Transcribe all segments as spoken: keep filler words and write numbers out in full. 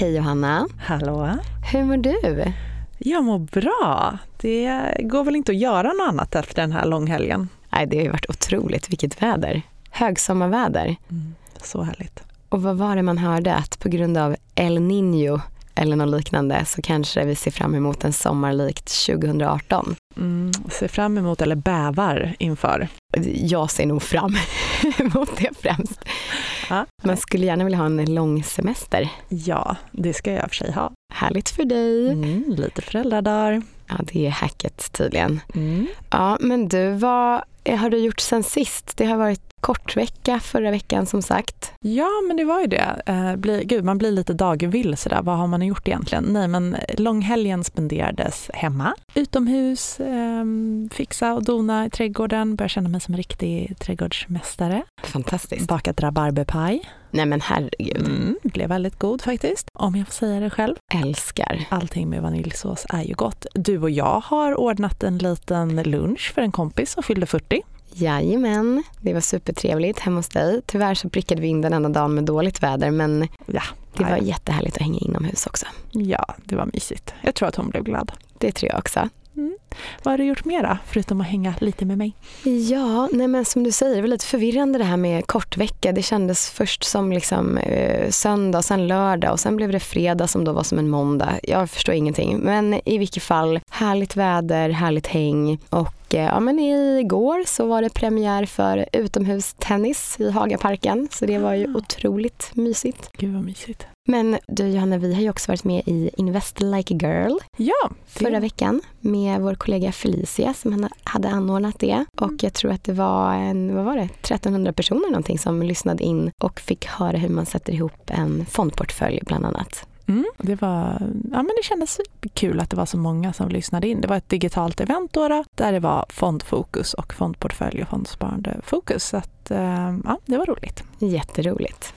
Hej Johanna. Hallå. Hur mår du? Jag mår bra. Det går väl inte att göra något annat efter den här långhelgen. Nej, det har ju varit otroligt. Vilket väder. Högsommarväder. Mm, så härligt. Och vad var det man hörde? Att på grund av El Niño eller något liknande så kanske vi ser fram emot en sommarlikt tjugo arton. Mm, ser fram emot eller bävar inför. Jag ser nog fram emot det främst. Ja. Man skulle gärna vilja ha en lång semester. Ja, det ska jag för sig ha. Härligt för dig. Mm, lite föräldradagar. Ja, det är hacket tydligen. Mm. Ja, men du, vad har du gjort sen sist? Det har varit kort vecka förra veckan som sagt. Ja, men det var ju det. Eh, bli, gud, man blir lite dagvill sådär. Vad har man gjort egentligen? Nej, men långhelgen spenderades hemma. Utomhus, eh, fixa och dona i trädgården. Börjar känna mig som en riktig trädgårdsmästare. Fantastiskt. Bakat rabarberpaj. Nej men herregud. Mm, blev väldigt god faktiskt. Om jag får säga det själv. Älskar. Allting med vaniljsås är ju gott. Du och jag har ordnat en liten lunch för en kompis som fyllde fyrtio. Jajamän, det var supertrevligt hemma hos dig. Tyvärr så prickade vi in den enda dagen med dåligt väder, men ja, det var jättehärligt att hänga inomhus också. Ja, det var mysigt. Jag tror att hon blev glad. Det tror jag också. Mm. Vad har du gjort mera, förutom att hänga lite med mig? Ja, nej men som du säger, det var lite förvirrande det här med kortvecka. Det kändes först som liksom eh, söndag, sen lördag och sen blev det fredag som då var som en måndag. Jag förstår ingenting, men i vilket fall, härligt väder, härligt häng. Och eh, ja, men igår så var det premiär för utomhustennis i Hagaparken, så det var ju ah. otroligt mysigt. Gud vad mysigt. Men du Johanna, vi har ju också varit med i Invest Like a Girl ja, förra det. veckan med vår kollega Felicia som hade anordnat det. Och jag tror att det var en, vad var det, trettonhundra personer någonting som lyssnade in och fick höra hur man sätter ihop en fondportfölj bland annat. Mm, det var, ja men det kändes kul att det var så många som lyssnade in. Det var ett digitalt event då, då där det var fondfokus och fondportfölj och fondsparande fokus. Så att, ja, det var roligt. Jätteroligt.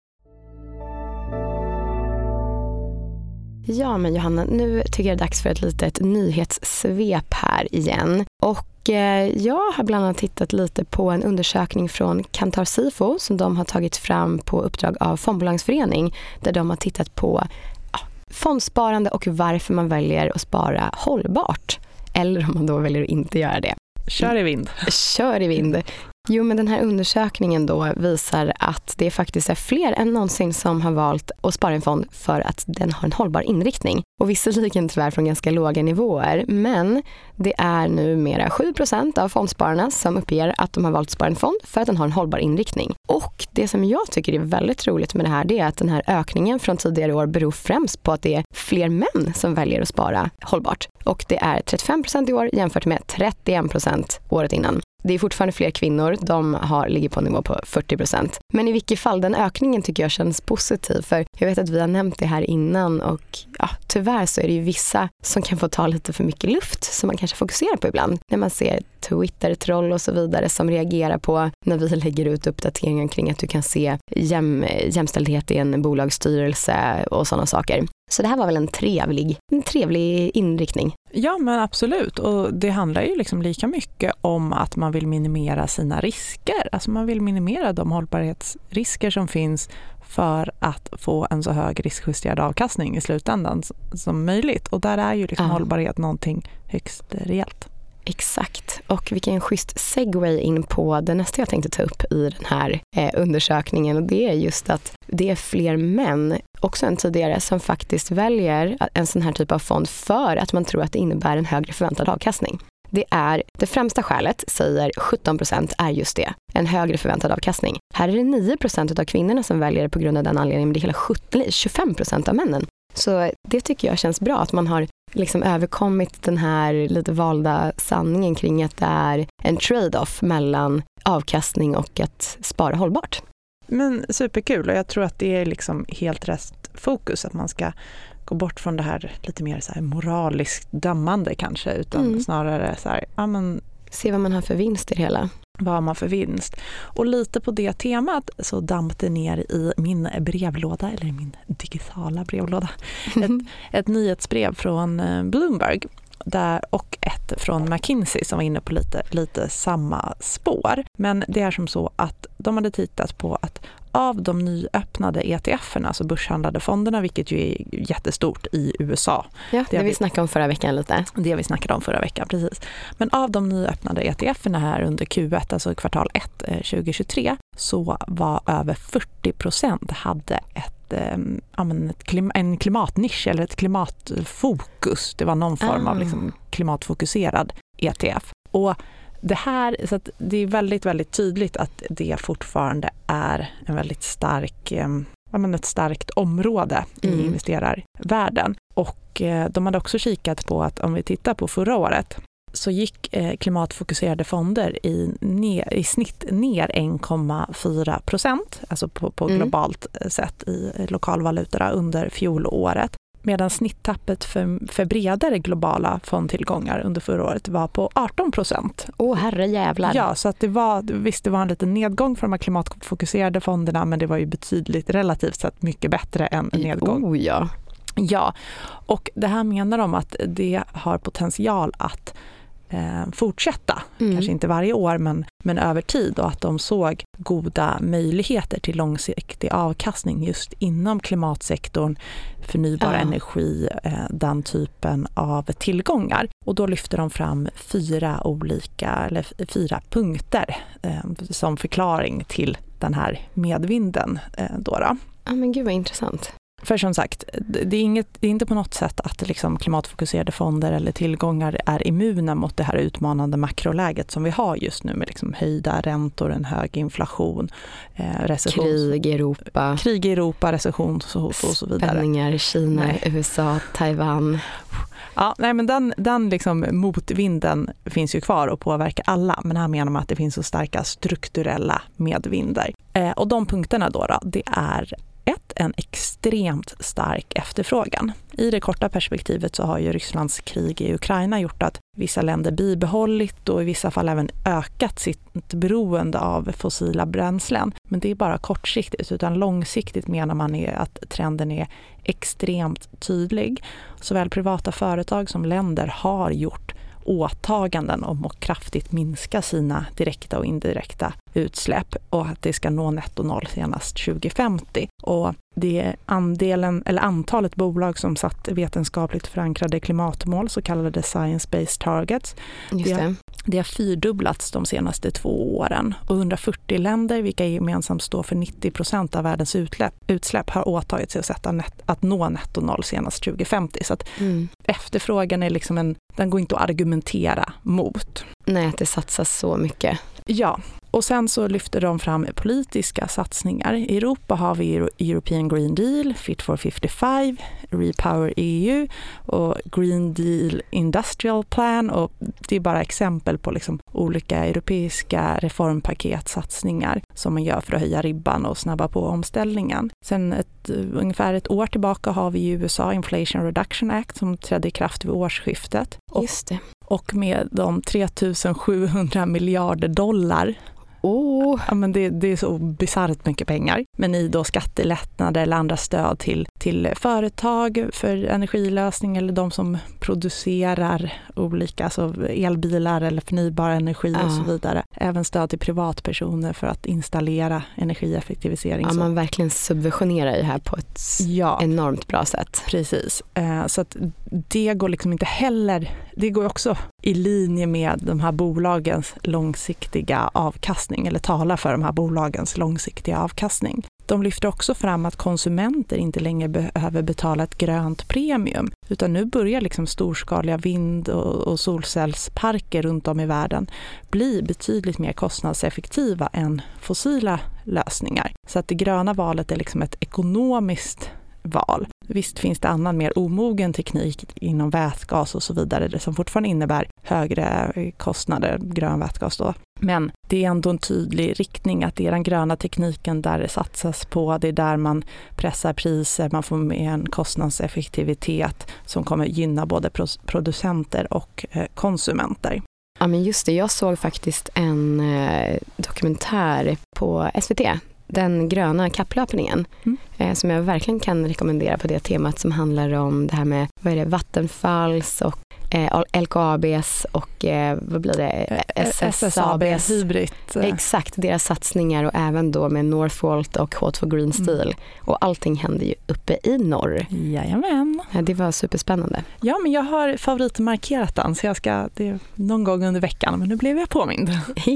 Ja, men Johanna, nu tycker jag det är dags för ett litet nyhetssvep här igen. Och eh, jag har bland annat tittat lite på en undersökning från Kantar Sifo som de har tagit fram på uppdrag av Fondbolagsförening, där de har tittat på ja, fondsparande och varför man väljer att spara hållbart. Eller om man då väljer att inte göra det. Kör i vind. Kör i vind. Jo, men den här undersökningen då visar att det faktiskt är fler än någonsin som har valt att spara en fond för att den har en hållbar inriktning. Och visserligen tyvärr från ganska låga nivåer, men det är numera sju procent av fondspararna som uppger att de har valt att spara en fond för att den har en hållbar inriktning. Och det som jag tycker är väldigt roligt med det här, det är att den här ökningen från tidigare år beror främst på att det är fler män som väljer att spara hållbart. Och det är trettiofem procent i år jämfört med trettioen procent året innan. Det är fortfarande fler kvinnor, de har, ligger på en nivå på fyrtio procent. Men i vilket fall, den ökningen tycker jag känns positiv. För jag vet att vi har nämnt det här innan och ja, tyvärr så är det ju vissa som kan få ta lite för mycket luft som man kanske fokuserar på ibland. När man ser Twitter-troll och så vidare som reagerar på när vi lägger ut uppdateringar kring att du kan se jäm, jämställdhet i en bolagsstyrelse och sådana saker. Så det här var väl en trevlig, en trevlig inriktning. Ja, men absolut. Och det handlar ju liksom lika mycket om att man vill minimera sina risker. Alltså man vill minimera de hållbarhetsrisker som finns för att få en så hög riskjusterad avkastning i slutändan som möjligt. Och där är ju liksom ja. hållbarhet någonting högst rejält. Exakt. Och vilken schysst segway in på det nästa jag tänkte ta upp i den här eh, undersökningen. Och det är just att det är fler män, också än tidigare, som faktiskt väljer en sån här typ av fond för att man tror att det innebär en högre förväntad avkastning. Det är det främsta skälet, säger sjutton procent, är just det. En högre förväntad avkastning. Här är det nio procent av kvinnorna som väljer det på grund av den anledningen, men det är hela sjutton, tjugofem procent av männen. Så det tycker jag känns bra, att man har liksom överkommit den här lite valda sanningen kring att det är en trade-off mellan avkastning och att spara hållbart. Men superkul, och jag tror att det är liksom helt rätt fokus, att man ska gå bort från det här lite mer så här moraliskt dömande kanske, utan mm. snarare så här, ja men se vad man har för vinst i det hela. Vad har man för vinst? Och lite på det temat så damp det ner i min brevlåda, eller min digitala brevlåda, ett, ett nyhetsbrev från Bloomberg där, och ett enkät från McKinsey som var inne på lite, lite samma spår. Men det är som så att de hade tittat på att av de nyöppnade E T F-erna, alltså börshandlade fonderna, vilket ju är jättestort i U S A. Ja, det, det vi snackade om förra veckan lite. Det vi snackade om förra veckan, precis. Men av de nyöppnade E T F-erna här under Q ett, alltså kvartal ett tjugohundratjugotre, så var över fyrtio procent hade ett, eh, ett klim, en klimatnisch eller ett klimatfokus. Det var någon form ah. av liksom klimatfokuserad E T F. Och det här, så att det är väldigt, väldigt tydligt att det fortfarande är en väldigt stark, eh, ett starkt område mm. i investerarvärlden. Och eh, de hade också kikat på att om vi tittar på förra året så gick eh, klimatfokuserade fonder i, ner, i snitt ner en komma fyra procent, alltså på, på mm. globalt sätt i lokalvalutorna under fjolåret. Medan snittappet för, för bredare globala fondtillgångar under förra året var på arton procent. Åh, oh, herre jävlar. Ja, så att det var, visst det var en liten nedgång för de här klimatfokuserade fonderna, men det var ju betydligt relativt sett mycket bättre än en nedgång. Oh, ja. Ja, och det här menar de att det har potential att eh, fortsätta. Mm. Kanske inte varje år, men, men över tid, och att de såg goda möjligheter till långsiktig avkastning just inom klimatsektorn, förnybar ja. energi, eh, den typen av tillgångar. Och då lyfter de fram fyra olika, eller fyra punkter eh, som förklaring till den här medvinden eh, då. då. Ja, men gud vad intressant. För som sagt, det är, inget, det är inte på något sätt att liksom klimatfokuserade fonder eller tillgångar är immuna mot det här utmanande makroläget som vi har just nu med liksom höjda räntor, en hög inflation, eh, recession. Krig i Europa. Krig i Europa, recession och, och så vidare. Spänningar i Kina, nej. U S A, Taiwan. Ja, nej, men den, den liksom motvinden finns ju kvar och påverkar alla. Men här menar man att det finns så starka strukturella medvinder. Eh, och de punkterna då, då det är ett, en extremt stark efterfrågan. I det korta perspektivet så har ju Rysslands krig i Ukraina gjort att vissa länder bibehållit och i vissa fall även ökat sitt beroende av fossila bränslen. Men det är bara kortsiktigt, utan långsiktigt menar man är att trenden är extremt tydlig. Såväl privata företag som länder har gjort åtaganden om att kraftigt minska sina direkta och indirekta utsläpp och att det ska nå netto noll senast tjugo femtio. Och det är andelen, eller antalet bolag som satt vetenskapligt förankrade klimatmål, så kallade science-based targets. Just det. Det, har, det har fyrdubblats de senaste två åren. Och hundrafyrtio länder, vilka gemensamt står för nittio procent av världens utsläpp, utsläpp har åtagit sig att, sätta net, att nå netto noll senast tjugo femtio. Så att mm. efterfrågan är liksom en, den går inte att argumentera mot. Nej, att det satsas så mycket. Ja, och sen så lyfter de fram politiska satsningar. I Europa har vi European Green Deal, Fit for femtiofem, Repower E U och Green Deal Industrial Plan. Och det är bara exempel på liksom olika europeiska reformpaketsatsningar som man gör för att höja ribban och snabba på omställningen. Sen ett, ungefär ett år tillbaka har vi i U S A Inflation Reduction Act som trädde i kraft vid årsskiftet. Och, Just det. Och med de tre tusen sjuhundra miljarder dollar. Oh. Ja, men det, det är så bisarrt mycket pengar. Men i då skattelättnader eller andra stöd till, till företag för energilösning eller de som producerar olika, alltså elbilar eller förnybar energi ah. och så vidare. Även stöd till privatpersoner för att installera energieffektivisering. Ja, man verkligen subventionerar ju här på ett ja. enormt bra sätt. Precis. Eh, så att det går liksom inte heller, det går också i linje med de här bolagens långsiktiga avkastning eller talar för de här bolagens långsiktiga avkastning. De lyfter också fram att konsumenter inte längre behöver betala ett grönt premium, utan nu börjar liksom storskaliga vind- och, och solcellsparker runt om i världen bli betydligt mer kostnadseffektiva än fossila lösningar. Så att det gröna valet är liksom ett ekonomiskt val. Visst finns det annan mer omogen teknik inom vätgas och så vidare som fortfarande innebär högre kostnader, grön vätgas då. Men det är ändå en tydlig riktning att det är den gröna tekniken där det satsas på, det är där man pressar priser, man får med en kostnadseffektivitet som kommer gynna både producenter och konsumenter. Ja, men just det, jag såg faktiskt en eh, dokumentär på S V T, den gröna kapplöpningen, mm. eh, som jag verkligen kan rekommendera på det temat som handlar om det här med vad är det, Vattenfalls och eh, L K A B:s och eh, vad blir det? S S A B:s. Hybrid. Exakt, deras satsningar och även då med Northvolt och H två Green Steel. Mm. Och allting hände ju uppe i norr. Jajamän. Ja, det var superspännande. Ja, men jag har favoritmarkerat den så jag ska, det är någon gång under veckan, men nu blev jag påmind.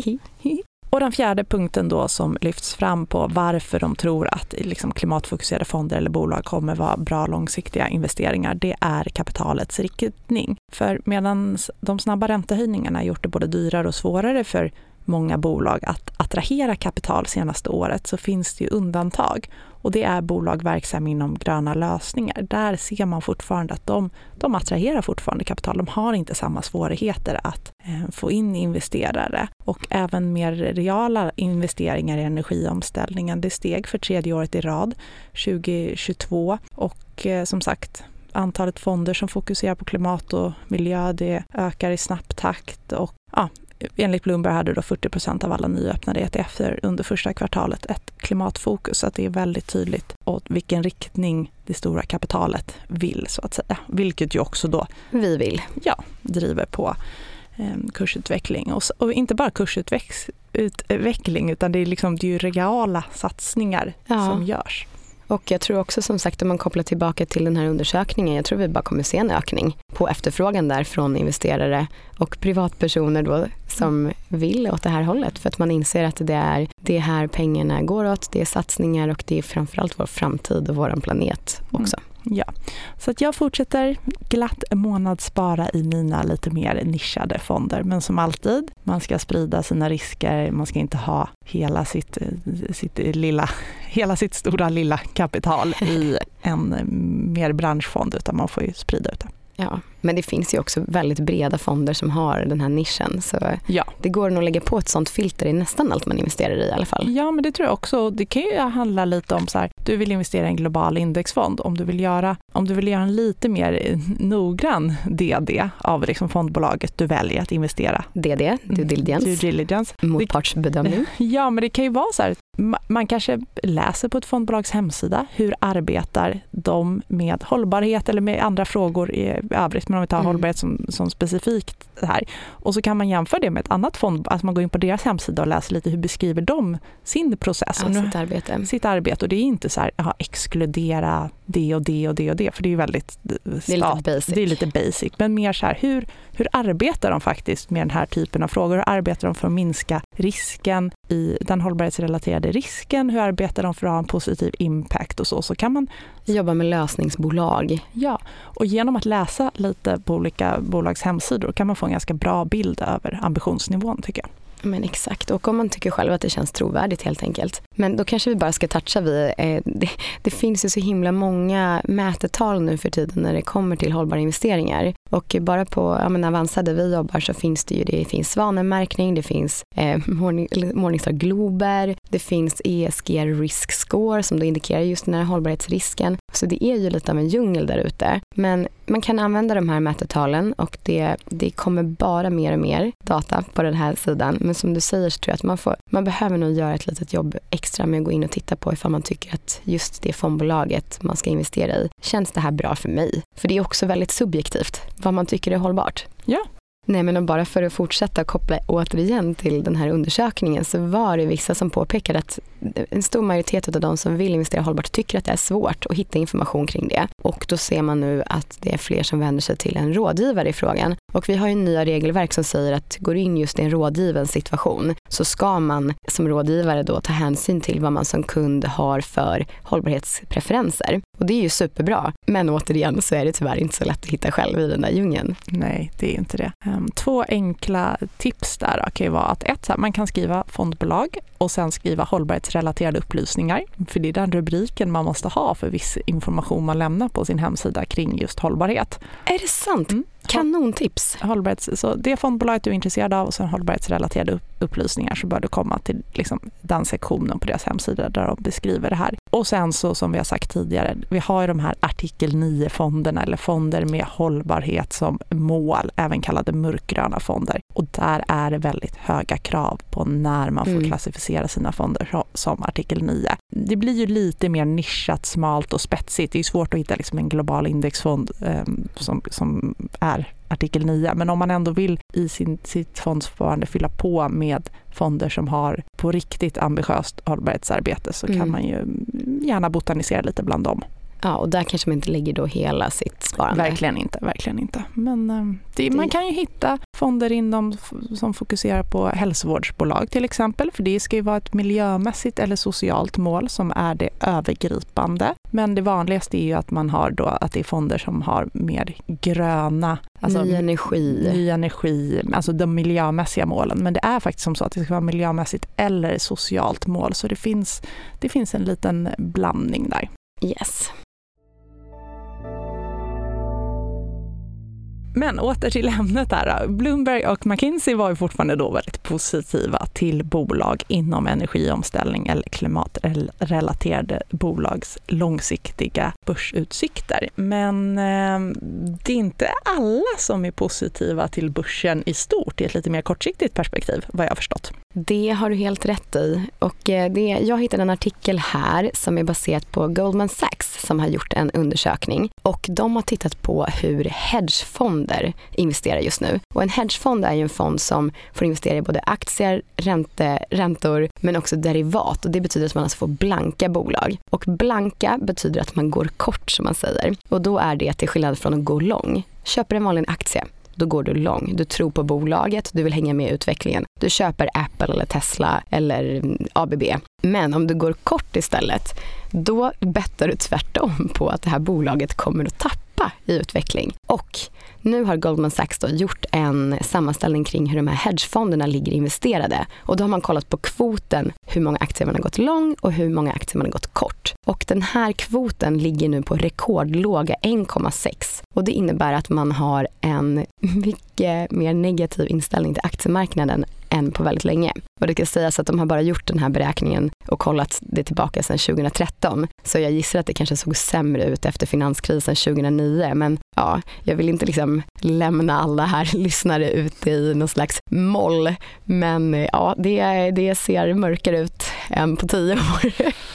Och den fjärde punkten då som lyfts fram på varför de tror att liksom klimatfokuserade fonder eller bolag kommer vara bra långsiktiga investeringar, det är kapitalets riktning. För medan de snabba räntehöjningarna har gjort det både dyrare och svårare för många bolag att attrahera kapital senaste året, så finns det ju undantag. Och det är bolag verksamma inom gröna lösningar. Där ser man fortfarande att de, de attraherar fortfarande kapital. De har inte samma svårigheter att eh, få in investerare. Och även mer reala investeringar i energiomställningen. Det steg för tredje året i rad tjugo tjugotvå. Och eh, som sagt, antalet fonder som fokuserar på klimat och miljö, det ökar i snabb takt. Och ja, enligt Bloomberg hade då fyrtio procent av alla nyöppnade E T F:er under första kvartalet ett klimatfokus. Så att det är väldigt tydligt åt vilken riktning det stora kapitalet vill, så att säga. Vilket ju också då vi vill. Ja, driver på eh, kursutveckling. Och, och inte bara kursutveckling utan det är, liksom, det är ju reala satsningar ja. som görs. Och jag tror också som sagt om man kopplar tillbaka till den här undersökningen, jag tror vi bara kommer se en ökning på efterfrågan där från investerare och privatpersoner då som vill åt det här hållet, för att man inser att det är det här pengarna går åt, det är satsningar och det är framförallt vår framtid och vår planet också. Mm. Ja, så att jag fortsätter glatt månadsspara i mina lite mer nischade fonder. Men som alltid, man ska sprida sina risker. Man ska inte ha hela sitt, sitt, lilla, hela sitt stora lilla kapital i en mer branschfond, utan man får ju sprida ut det. Ja, men det finns ju också väldigt breda fonder som har den här nischen. Så ja. det går nog att lägga på ett sånt filter i nästan allt man investerar i i alla fall. Ja, men det tror jag också. Det kan ju handla lite om så här, du vill investera i en global indexfond. Om du vill göra, om du vill göra en lite mer noggrann D D av liksom fondbolaget du väljer att investera. D D, due diligence. Due diligence. Motpartsbedömning. Ja, men det kan ju vara så här, man kanske läser på ett fondbolags hemsida hur arbetar de med hållbarhet eller med andra frågor i övrigt, men om vi tar mm. hållbarhet som, som specifikt här. Och så kan man jämföra det med ett annat fond, att man går in på deras hemsida och läser lite hur beskriver de sin process. Ja, sitt arbete. Sitt arbete. Och det är inte så här, aha, exkludera det och det och det och det, för det är ju väldigt stat, det är lite basic. Det är lite basic. Men mer så här, hur, hur arbetar de faktiskt med den här typen av frågor? Hur arbetar de för att minska risken i den hållbarhetsrelaterade risken? Hur arbetar de för att ha en positiv impact och så? Så kan man jobba med lösningsbolag. Ja, och genom att läsa lite på olika bolags hemsidor kan man få en ganska bra bild över ambitionsnivån, tycker jag. Men exakt, och om man tycker själv att det känns trovärdigt helt enkelt. Men då kanske vi bara ska toucha vid, eh, det, det finns ju så himla många mätetal nu för tiden när det kommer till hållbara investeringar. Och bara på ja, men Avanza där vi jobbar så finns det ju, det finns svanenmärkning, det finns eh, morning, Morningstar Glober, det finns E S G Risk Score som då indikerar just den här hållbarhetsrisken. Så det är ju lite av en djungel där ute. Men man kan använda de här mätetalen och det, det kommer bara mer och mer data på den här sidan. Men som du säger så tror jag att man, får, man behöver nog göra ett litet jobb extra med att gå in och titta på ifall man tycker att just det fondbolaget man ska investera i, känns det här bra för mig? För det är också väldigt subjektivt vad man tycker är hållbart. Ja. Nej, men bara för att fortsätta koppla återigen till den här undersökningen så var det vissa som påpekade att en stor majoritet av de som vill investera hållbart tycker att det är svårt att hitta information kring det. Och då ser man nu att det är fler som vänder sig till en rådgivare i frågan. Och vi har ju nya regelverk som säger att går in just i en rådgivens situation så ska man som rådgivare då ta hänsyn till vad man som kund har för hållbarhetspreferenser. Och det är ju superbra. Men återigen så är det tyvärr inte så lätt att hitta själv i den där djungeln. Nej, det är inte det. Um, två enkla tips där då, kan ju vara att ett, så här, man kan skriva fondbolag och sen skriva hållbarhetsrelaterade upplysningar. För det är den rubriken man måste ha för viss information man lämnar på sin hemsida kring just hållbarhet. Är det sant? Mm. Kanontips. Hållbarhets, så det fondbolaget du är intresserad av och sen hållbarhetsrelaterade upplysningar så bör du komma till liksom den sektionen på deras hemsida där de beskriver det här. Och sen så som vi har sagt tidigare, vi har ju de här artikel nio-fonderna eller fonder med hållbarhet som mål, även kallade mörkgröna fonder. Och där är det väldigt höga krav på när man får mm. klassificera sina fonder som artikel nio. Det blir ju lite mer nischat, smalt och spetsigt. Det är svårt att hitta liksom en global indexfond eh, som, som är artikel nio. Men om man ändå vill i sin, sitt fondsparande fylla på med fonder som har på riktigt ambitiöst hållbarhetsarbete så mm. kan man ju gärna botanisera lite bland dem. Ja, och där kanske man inte lägger då hela sitt sparande. Verkligen inte, verkligen inte. Men äh, det, man kan ju hitta fonder inom som fokuserar på hälsovårdsbolag till exempel. För det ska ju vara ett miljömässigt eller socialt mål som är det övergripande. Men det vanligaste är ju att man har då att det är fonder som har mer gröna, alltså ny energi. Ny energi, alltså de miljömässiga målen. Men det är faktiskt som så att det ska vara miljömässigt eller socialt mål. Så det finns, det finns en liten blandning där. Yes. Men åter till ämnet här. Bloomberg och McKinsey var ju fortfarande då väldigt positiva till bolag inom energiomställning eller klimatrelaterade bolags långsiktiga börsutsikter. Men eh, det är inte alla som är positiva till börsen i stort i ett lite mer kortsiktigt perspektiv, vad jag har förstått. Det har du helt rätt i. Och det, jag hittade en artikel här som är baserad på Goldman Sachs som har gjort en undersökning. Och de har tittat på hur hedgefonder investerar just nu. Och en hedgefond är ju en fond som får investera i både aktier, ränte, räntor men också derivat. Och det betyder att man alltså får blanka bolag. Och blanka betyder att man går kort som man säger. Och då är det till skillnad från att gå lång. Köper en vanlig aktie, då går du lång. Du tror på bolaget, du vill hänga med i utvecklingen. Du köper Apple eller Tesla eller A B B. Men om du går kort istället, då bettar du tvärtom på att det här bolaget kommer att tappa i utveckling. Och nu har Goldman Sachs då gjort en sammanställning kring hur de här hedgefonderna ligger investerade. Och då har man kollat på kvoten, hur många aktier man har gått lång och hur många aktier man har gått kort. Och den här kvoten ligger nu på rekordlåga en komma sex. Och det innebär att man har en mycket mer negativ inställning till aktiemarknaden än på väldigt länge. Och det kan sägas att de har bara gjort den här beräkningen och kollat det tillbaka sedan tjugohundratretton. Så jag gissar att det kanske såg sämre ut efter finanskrisen tjugohundranio. Men ja, jag vill inte liksom lämna alla här lyssnare ut i någon slags moll. Men ja, det, det ser mörkare ut än på tio år.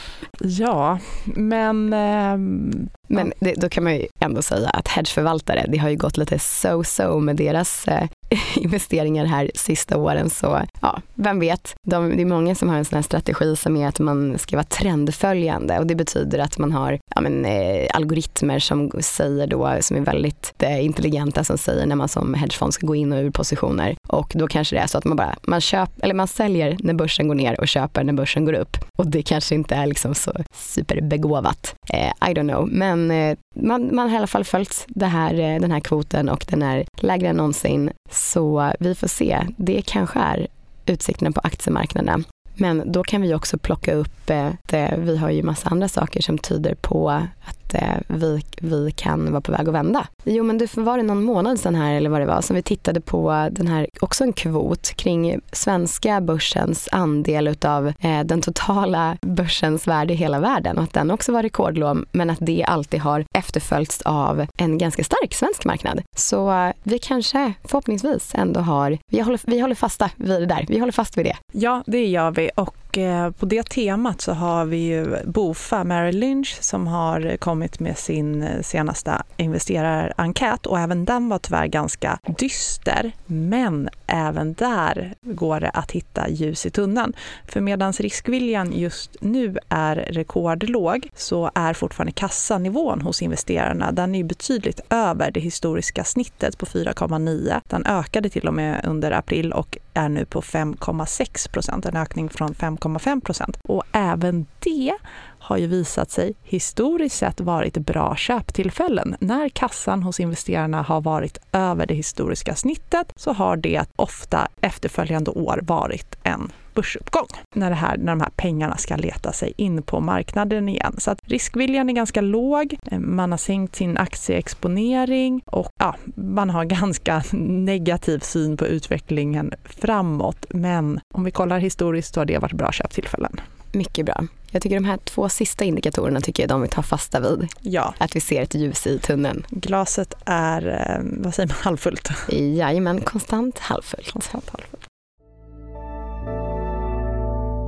Ja, men... Eh, men det, då kan man ju ändå säga att hedgeförvaltare, det har ju gått lite so-so med deras eh, investeringar här sista åren. Så ja, vem vet? De, det är många som har en sån här strategi som är att man ska vara trendföljande. Och det betyder att man har ja, men, eh, algoritmer som säger då, som är väldigt eh, intelligenta, som säger när man som hedgefond ska gå in och ur positioner. Och då kanske det är så att man bara man köper, eller man säljer när börsen går ner och köper när börsen går upp. Och det kanske inte är liksom så superbegåvat. Eh, I don't know. Men eh, man, man har i alla fall följt det här, eh, den här kvoten och den är lägre än någonsin. Så vi får se. Det kanske är utsikterna på aktiemarknaden. Men då kan vi också plocka upp, eh, det, vi har ju massa andra saker som tyder på att eh, vi, vi kan vara på väg att vända. Jo, men det var det någon månad sedan här eller vad det var som vi tittade på den här, också en kvot kring svenska börsens andel utav eh, den totala börsens värde i hela världen och att den också var rekordlåg, men att det alltid har efterföljts av en ganska stark svensk marknad. Så eh, vi kanske förhoppningsvis ändå har, vi håller, vi håller fasta vid det där, vi håller fast vid det. Ja, det gör vi. Och eh, på det temat så har vi ju BOFA Merrill Lynch som har kommit med sin senaste investerarenkät och även den var tyvärr ganska dyster, men även där går det att hitta ljus i tunneln. För medan riskviljan just nu är rekordlåg så är fortfarande kassanivån hos investerarna, den är betydligt över det historiska snittet på fyra komma nio. Den ökade till och med under april och är nu på fem komma sex procent, en ökning från fem komma fem procent. Och även det har ju visat sig historiskt sett varit bra köptillfällen. När kassan hos investerarna har varit över det historiska snittet så har det ofta efterföljande år varit en börsuppgång när, det här, när de här pengarna ska leta sig in på marknaden igen. Så att riskviljan är ganska låg, man har sänkt sin aktieexponering och ja, man har ganska negativ syn på utvecklingen framåt. Men om vi kollar historiskt så har det varit bra köptillfällen. Mycket bra. Jag tycker de här två sista indikatorerna tycker jag de vill ta fasta vid. Ja. Att vi ser ett ljus i tunneln. Glaset är, vad säger man, halvfullt? Jajamän, konstant halvfullt. Konstant halvfullt.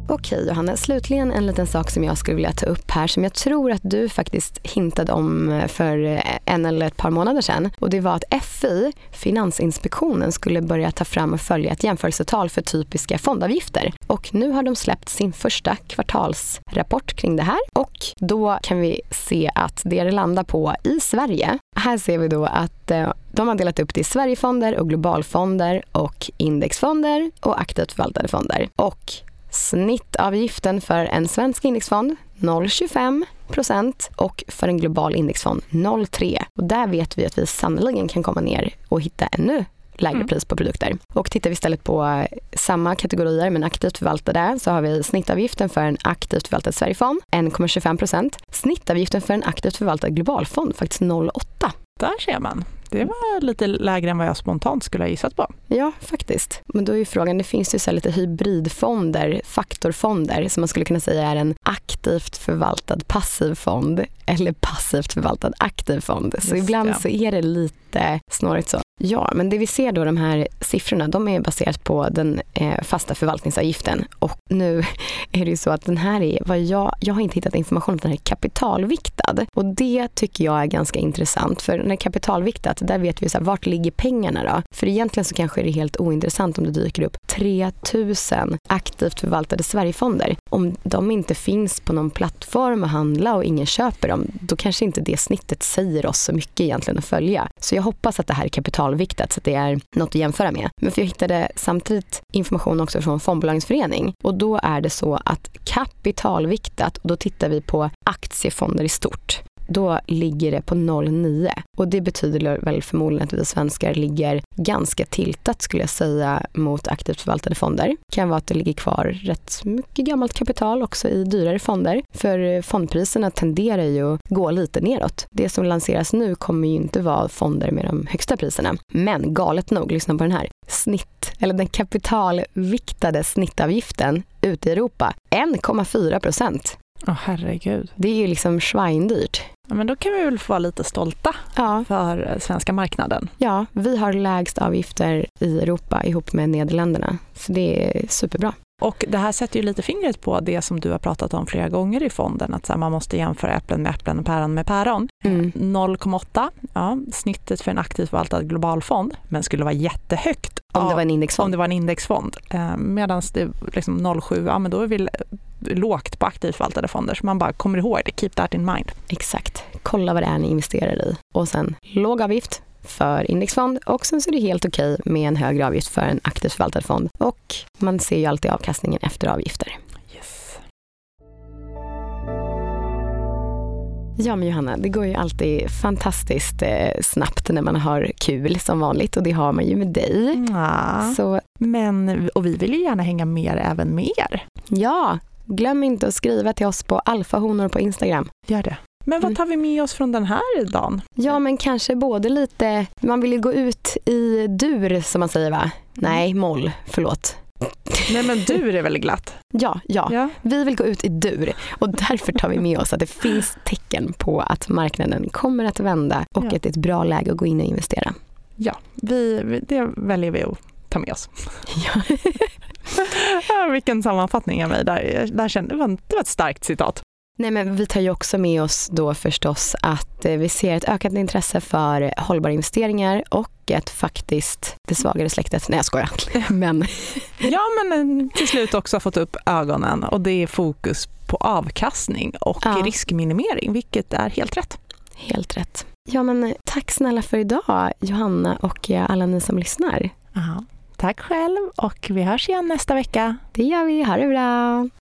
Okej Johanna, slutligen en liten sak som jag skulle vilja ta upp här som jag tror att du faktiskt hintade om för en eller ett par månader sedan. Och det var att F I, Finansinspektionen, skulle börja ta fram och följa ett jämförelsetal för typiska fondavgifter. Och nu har de släppt sin första kvartalsrapport kring det här. Och då kan vi se att det landar på i Sverige. Här ser vi då att de har delat upp det i Sverigefonder och globalfonder och indexfonder och aktivt förvaltade fonder. Och snittavgiften för en svensk indexfond noll komma tjugofem procent och för en global indexfond noll komma tre. Och där vet vi att vi sannolikt kan komma ner och hitta ännu lägre mm. pris på produkter. Och tittar vi istället på samma kategorier men aktivt förvaltade så har vi snittavgiften för en aktivt förvaltad Sverigefond en komma tjugofem procent. Snittavgiften för en aktivt förvaltad globalfond faktiskt noll komma åtta. Där ser man. Det var lite lägre än vad jag spontant skulle ha gissat på. Ja, faktiskt. Men då är ju frågan, det finns ju så här lite hybridfonder, faktorfonder som man skulle kunna säga är en aktivt förvaltad passiv fond eller passivt förvaltad aktiv fond. Så Just ibland det. så är det lite snårigt så. Ja, men det vi ser då, de här siffrorna, de är baserat på den eh, fasta förvaltningsavgiften. Och nu är det ju så att den här är, vad jag, jag har inte hittat information om den här är kapitalviktad. Och det tycker jag är ganska intressant. För när det är kapitalviktat, där vet vi så här, vart ligger pengarna då? För egentligen så kanske är det helt ointressant om det dyker upp tre tusen aktivt förvaltade Sverigefonder. Om de inte finns på någon plattform att handla och ingen köper dem, då kanske inte det snittet säger oss så mycket egentligen att följa. Så jag hoppas att det här är kapitalviktat så att det är något att jämföra med. Men för jag hittade samtidigt information också från Fondbolagsförening och då är det så att kapitalviktat, och då tittar vi på aktiefonder i stort. Då ligger det på noll komma nio och det betyder väl förmodligen att vi svenskar ligger ganska tiltat skulle jag säga mot aktivt förvaltade fonder. Det kan vara att det ligger kvar rätt mycket gammalt kapital också i dyrare fonder för fondpriserna tenderar ju att gå lite neråt. Det som lanseras nu kommer ju inte vara fonder med de högsta priserna. Men galet nog, lyssna på den här. Snitt, eller den kapitalviktade snittavgiften ute i Europa, en komma fyra procent. Åh oh, herregud. Det är ju liksom svindyrt. Ja, men då kan vi väl få vara lite stolta ja. för svenska marknaden. Ja, vi har lägst avgifter i Europa ihop med Nederländerna. Så det är superbra. Och det här sätter ju lite fingret på det som du har pratat om flera gånger i fonden. Att så här, man måste jämföra äpplen med äpplen och päron med päron. Mm. noll komma åtta, ja, snittet för en aktivt förvaltad globalfond. Men skulle vara jättehögt. Om det var en indexfond. Om det var en indexfond. Eh, Medan det liksom noll komma sju, ja men då är vi lågt på aktivt förvaltade fonder. Så man bara kommer ihåg det, keep that in mind. Exakt. Kolla vad det är ni investerar i. Och sen låg avgift för indexfond och sen så är det helt okej med en högre avgift för en aktivt förvaltad fond. Och man ser ju alltid avkastningen efter avgifter. Yes. Ja men Johanna, det går ju alltid fantastiskt eh, snabbt när man har kul som vanligt och det har man ju med dig. Ja, så, men, och vi vill ju gärna hänga med även med er. Ja, glöm inte att skriva till oss på alfahonor på Instagram. Gör det. Men vad tar vi med oss från den här dagen? Ja, men kanske både lite... Man vill ju gå ut i dur, som man säger, va? Nej, moll. Förlåt. Nej, men dur är väl glatt? Ja, ja, ja. Vi vill gå ut i dur. Och därför tar vi med oss att det finns tecken på att marknaden kommer att vända och ja. att det är ett bra läge att gå in och investera. Ja, vi, det väljer vi att ta med oss. Ja. Ja, vilken sammanfattning av mig. Där, där kände, det, var, det var ett starkt citat. Nej, men vi tar ju också med oss då förstås att vi ser ett ökat intresse för hållbara investeringar och att faktiskt det svagare släktet, nej jag skojar, men... Ja, men till slut också fått upp ögonen och det är fokus på avkastning och ja. riskminimering, vilket är helt rätt. Helt rätt. Ja, men tack snälla för idag, Johanna och alla ni som lyssnar. Ja, tack själv och vi hörs igen nästa vecka. Det gör vi, ha det bra!